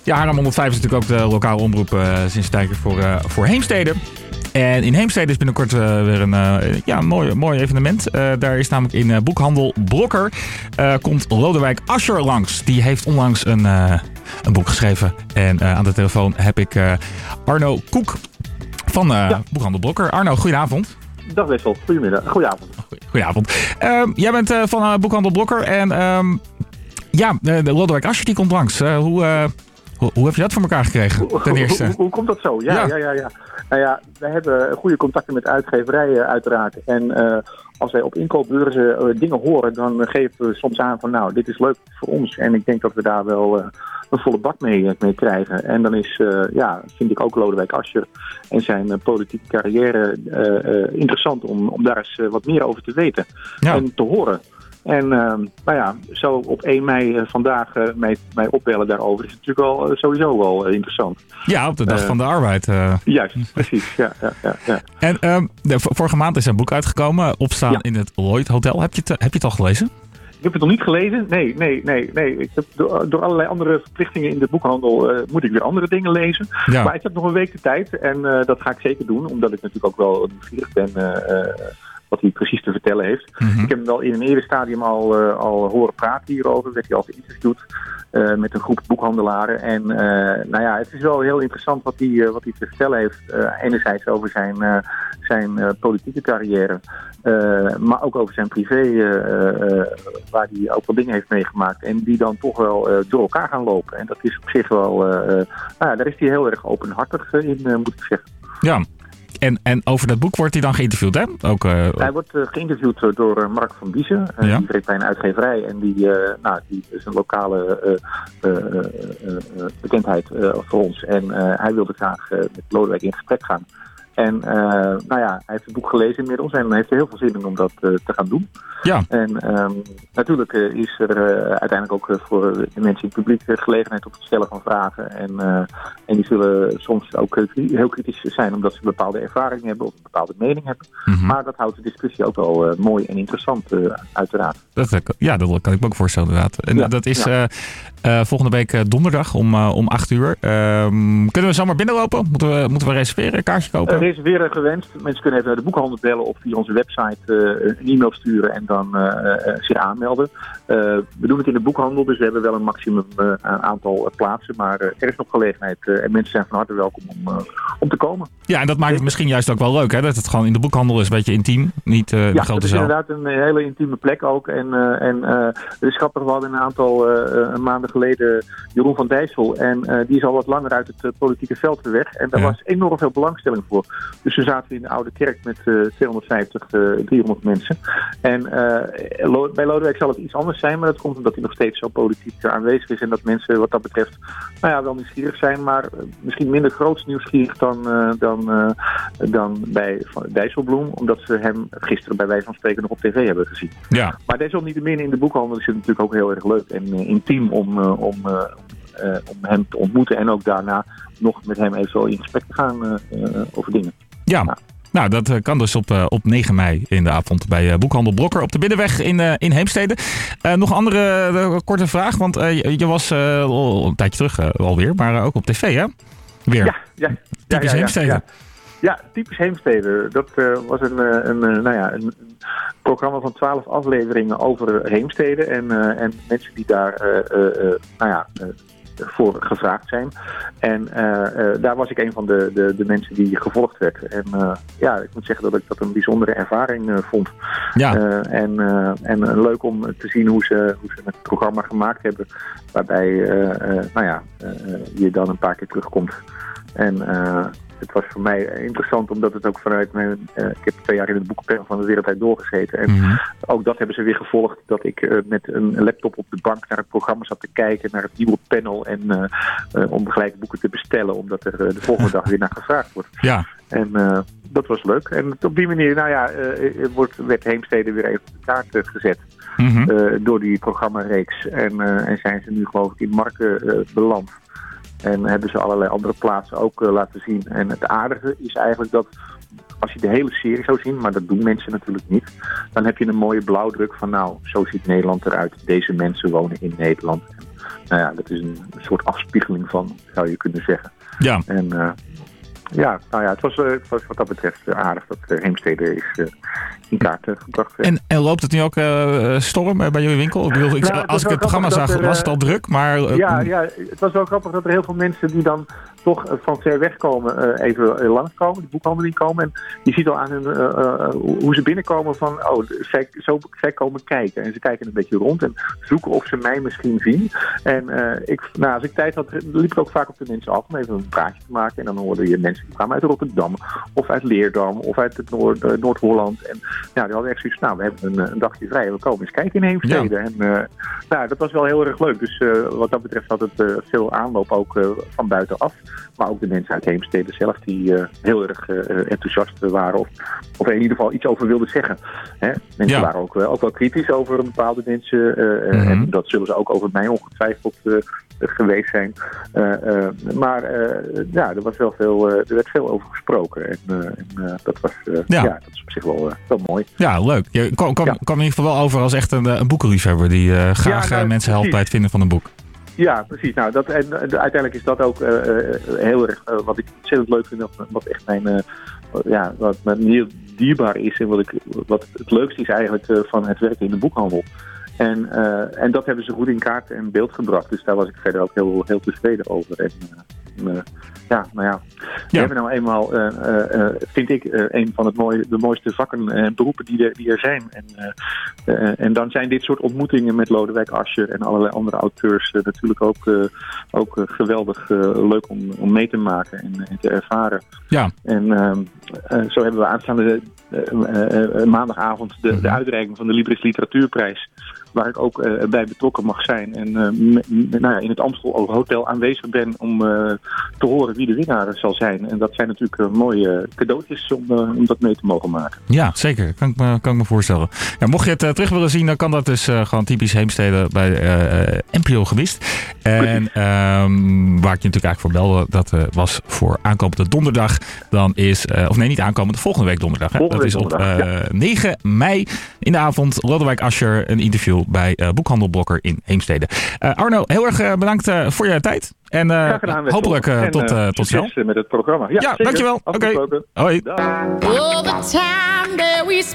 Ja, Haarlem 105 is natuurlijk ook de lokale omroep sinds een tijdje voor Heemstede. En in Heemstede is binnenkort weer een mooi evenement. Daar is namelijk in boekhandel Blokker komt Lodewijk Asscher langs. Die heeft onlangs een boek geschreven. En aan de telefoon heb ik Arno Koek van boekhandel Blokker. Arno, goedenavond. Dag Wessel, goedemiddag. Goedenavond. Goedenavond. Jij bent van boekhandel Blokker en de Lodewijk Asscher die komt langs. Hoe heb je dat voor elkaar gekregen, ten eerste? Hoe komt dat zo? Ja. Nou ja, wij hebben goede contacten met uitgeverijen uiteraard. En als wij op inkoopbeurzen dingen horen, dan geven we soms aan van dit is leuk voor ons. En ik denk dat we daar wel een volle bak mee krijgen. En dan is, vind ik ook Lodewijk Asscher en zijn politieke carrière interessant om daar eens wat meer over te weten en te horen. En zo op 1 mei vandaag mij opbellen daarover is natuurlijk wel sowieso wel interessant. Ja, op de Dag van de Arbeid. Juist, precies. Ja. En vorige maand is een boek uitgekomen, Opstaan in het Lloyd Hotel. Heb je het al gelezen? Ik heb het nog niet gelezen. Nee. Ik heb door allerlei andere verplichtingen in de boekhandel moet ik weer andere dingen lezen. Ja. Maar ik heb nog een week de tijd en dat ga ik zeker doen, omdat ik natuurlijk ook wel nieuwsgierig ben wat hij precies te vertellen heeft. Mm-hmm. Ik heb hem wel in een eerder stadium al horen praten hierover. Werd hij al geïnterviewd met een groep boekhandelaren. En het is wel heel interessant wat hij te vertellen heeft. Enerzijds over zijn politieke carrière. Maar ook over zijn privé, waar hij ook wel dingen heeft meegemaakt. En die dan toch wel door elkaar gaan lopen. En dat is op zich wel... daar is hij heel erg openhartig in, moet ik zeggen. Ja. En over dat boek wordt hij dan geïnterviewd, hè? Hij wordt geïnterviewd door Mark van Biezen. Die werkt bij een uitgeverij. En die is een lokale bekendheid voor ons. En hij wilde graag met Lodewijk in gesprek gaan. En hij heeft het boek gelezen inmiddels en heeft er heel veel zin in om dat te gaan doen. Ja. En natuurlijk is er uiteindelijk ook voor de mensen in het publiek gelegenheid tot het stellen van vragen. En die zullen soms ook heel kritisch zijn omdat ze een bepaalde ervaring hebben of een bepaalde mening hebben. Mm-hmm. Maar dat houdt de discussie ook wel mooi en interessant uiteraard. Dat kan ik me ook voorstellen inderdaad. En dat is volgende week donderdag om 8 uur. Kunnen we zomaar binnenlopen? Moeten we reserveren, een kaartje kopen? Reserveren gewenst. Mensen kunnen even naar de boekhandel bellen of via onze website een e-mail sturen en dan zich aanmelden. We doen het in de boekhandel, dus we hebben wel een maximum aantal plaatsen. Maar er is nog gelegenheid en mensen zijn van harte welkom om te komen. Ja, en dat maakt het misschien juist ook wel leuk, hè? Dat het gewoon in de boekhandel is, een beetje intiem. Niet in de grote zaal. Ja, het is inderdaad een hele intieme plek ook. En het is grappig, we hadden een aantal maanden geleden Jeroen van Dijssel. En die is al wat langer uit het politieke veld weg. En daar was enorm veel belangstelling voor. Dus we zaten in de Oude Kerk met 250, 300 mensen. En bij Lodewijk zal het iets anders zijn, maar dat komt omdat hij nog steeds zo politiek aanwezig is. En dat mensen wat dat betreft wel nieuwsgierig zijn, maar misschien minder groots nieuwsgierig dan bij Dijsselbloem. Omdat ze hem gisteren bij wijze van spreken nog op tv hebben gezien. Ja. Maar desalniettemin in de boekhandel is het natuurlijk ook heel erg leuk en intiem om hem te ontmoeten en ook daarna nog met hem even in gesprek te gaan over dingen. Ja. Nou, dat kan dus op 9 mei in de avond bij boekhandel Blokker op de Binnenweg in Heemstede. Nog een andere korte vraag, want je was een tijdje terug alweer, maar ook op tv, hè? Weer. Ja. Typisch Heemstede. Ja, typisch Heemstede. Dat was een programma van 12 afleveringen over Heemstede en mensen die daar voor gevraagd zijn. En daar was ik een van de mensen die gevolgd werd. En ik moet zeggen dat ik dat een bijzondere ervaring vond. Ja. En leuk om te zien hoe ze het programma gemaakt hebben. Waarbij je dan een paar keer terugkomt. En het was voor mij interessant omdat het ook vanuit mijn... ik heb 2 jaar in het boekenpanel van de Wereldtijd doorgezeten. En ook dat hebben ze weer gevolgd. Dat ik met een laptop op de bank naar het programma zat te kijken. Naar het nieuwe panel. En om gelijk boeken te bestellen. Omdat er de volgende dag weer naar gevraagd wordt. Ja. En dat was leuk. En op die manier werd Heemstede weer even op de kaart gezet. Door die programmareeks. En zijn ze nu geloof ik in Marken beland. En hebben ze allerlei andere plaatsen ook laten zien. En het aardige is eigenlijk dat als je de hele serie zou zien, maar dat doen mensen natuurlijk niet, dan heb je een mooie blauwdruk van zo ziet Nederland eruit. Deze mensen wonen in Nederland. nou ja, dat is een soort afspiegeling van, zou je kunnen zeggen. Ja. En het was wat dat betreft aardig dat Heemstede is in kaart gebracht. En loopt het nu ook storm bij jullie winkel? Ik bedoel, als ik het programma zag, was het al druk, maar... het was wel grappig dat er heel veel mensen die dan toch van ver weg komen, even langskomen, de boekhandel inkomen. En je ziet al aan hun hoe ze binnenkomen van, zij komen kijken. En ze kijken een beetje rond en zoeken of ze mij misschien zien. En als ik tijd had, liep ik ook vaak op de mensen af om even een praatje te maken. En dan hoorde je mensen die kwamen uit Rotterdam, of uit Leerdam, of uit het Noord-Holland. En ja, die hadden echt zoiets, we hebben een dagje vrij, we komen eens kijken in Heemstede. Ja. En dat was wel heel erg leuk. Dus wat dat betreft had het veel aanloop ook van buitenaf. Maar ook de mensen uit Heemstede zelf die heel erg enthousiast waren. Of in ieder geval iets over wilden zeggen. Hè? Mensen waren ook wel kritisch over bepaalde mensen. En dat zullen ze ook over mij ongetwijfeld geweest zijn. Maar er was wel er werd veel over gesproken. En dat is op zich wel mooi. Ja, leuk. Je kwam in ieder geval wel over als echt een boekenliefhebber die graag mensen helpt bij het vinden van een boek. Ja, precies. Nou, uiteindelijk is dat ook heel erg wat ik ontzettend leuk vind. Wat echt wat me heel dierbaar is. En wat het leukste is eigenlijk van het werken in de boekhandel. En dat hebben ze goed in kaart en beeld gebracht. Dus daar was ik verder ook heel, heel tevreden over. En, we hebben nou eenmaal, vind ik, een van de mooiste vakken en beroepen die er zijn. En dan zijn dit soort ontmoetingen met Lodewijk Asscher en allerlei andere auteurs natuurlijk ook geweldig leuk om mee te maken en te ervaren. Ja. En zo hebben we aanstaande maandagavond de uitreiking van de Libris Literatuurprijs, waar ik ook bij betrokken mag zijn. En in het Amstel Hotel aanwezig ben om te horen wie de winnaar zal zijn. En dat zijn natuurlijk mooie cadeautjes om dat mee te mogen maken. Ja, zeker. Kan ik me voorstellen. Ja, mocht je het terug willen zien, dan kan dat dus gewoon typisch Heemstede bij NPO Gewist. En waar ik je natuurlijk eigenlijk voor belde, dat was voor aankomende donderdag. Dan is, niet aankomende, volgende week donderdag. Hè? Dat is op 9 mei in de avond. Lodewijk Asscher, een interview bij Boekhandel Blokker in Heemstede. Arno, heel erg bedankt voor je tijd. En hopelijk tot snel. Met het programma. Ja, dankjewel. Oké. Hoi.